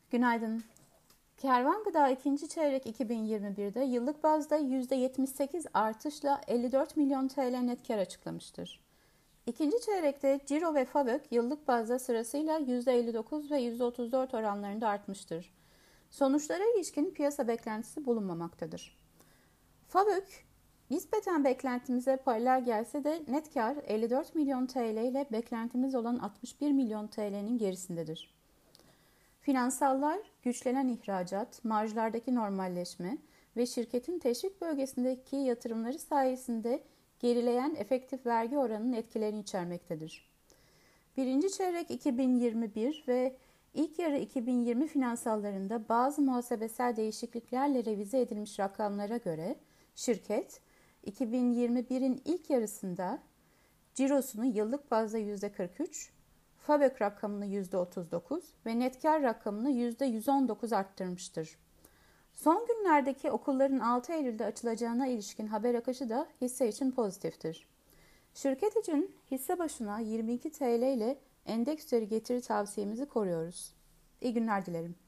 Günaydın. Kervan Gıda ikinci çeyrek 2021'de yıllık bazda %78 artışla 54 milyon TL net kar açıklamıştır. İkinci çeyrekte Ciro ve FAVÖK yıllık bazda sırasıyla %59 ve %34 oranlarında artmıştır. Sonuçlara ilişkin piyasa beklentisi bulunmamaktadır. FAVÖK, nispeten beklentimize paralel gelse de net kar 54 milyon TL ile beklentimiz olan 61 milyon TL'nin gerisindedir. Finansallar, güçlenen ihracat, marjlardaki normalleşme ve şirketin teşvik bölgesindeki yatırımları sayesinde gerileyen efektif vergi oranının etkilerini içermektedir. Birinci çeyrek 2021 ve ilk yarı 2020 finansallarında bazı muhasebesel değişikliklerle revize edilmiş rakamlara göre şirket 2021'in ilk yarısında cirosunu yıllık bazda %43, FAVÖK rakamını %39 ve net kar rakamını %119 arttırmıştır. Son günlerdeki okulların 6 Eylül'de açılacağına ilişkin haber akışı da hisse için pozitiftir. Şirket için hisse başına 22 TL ile endeks üzeri getiri tavsiyemizi koruyoruz. İyi günler dilerim.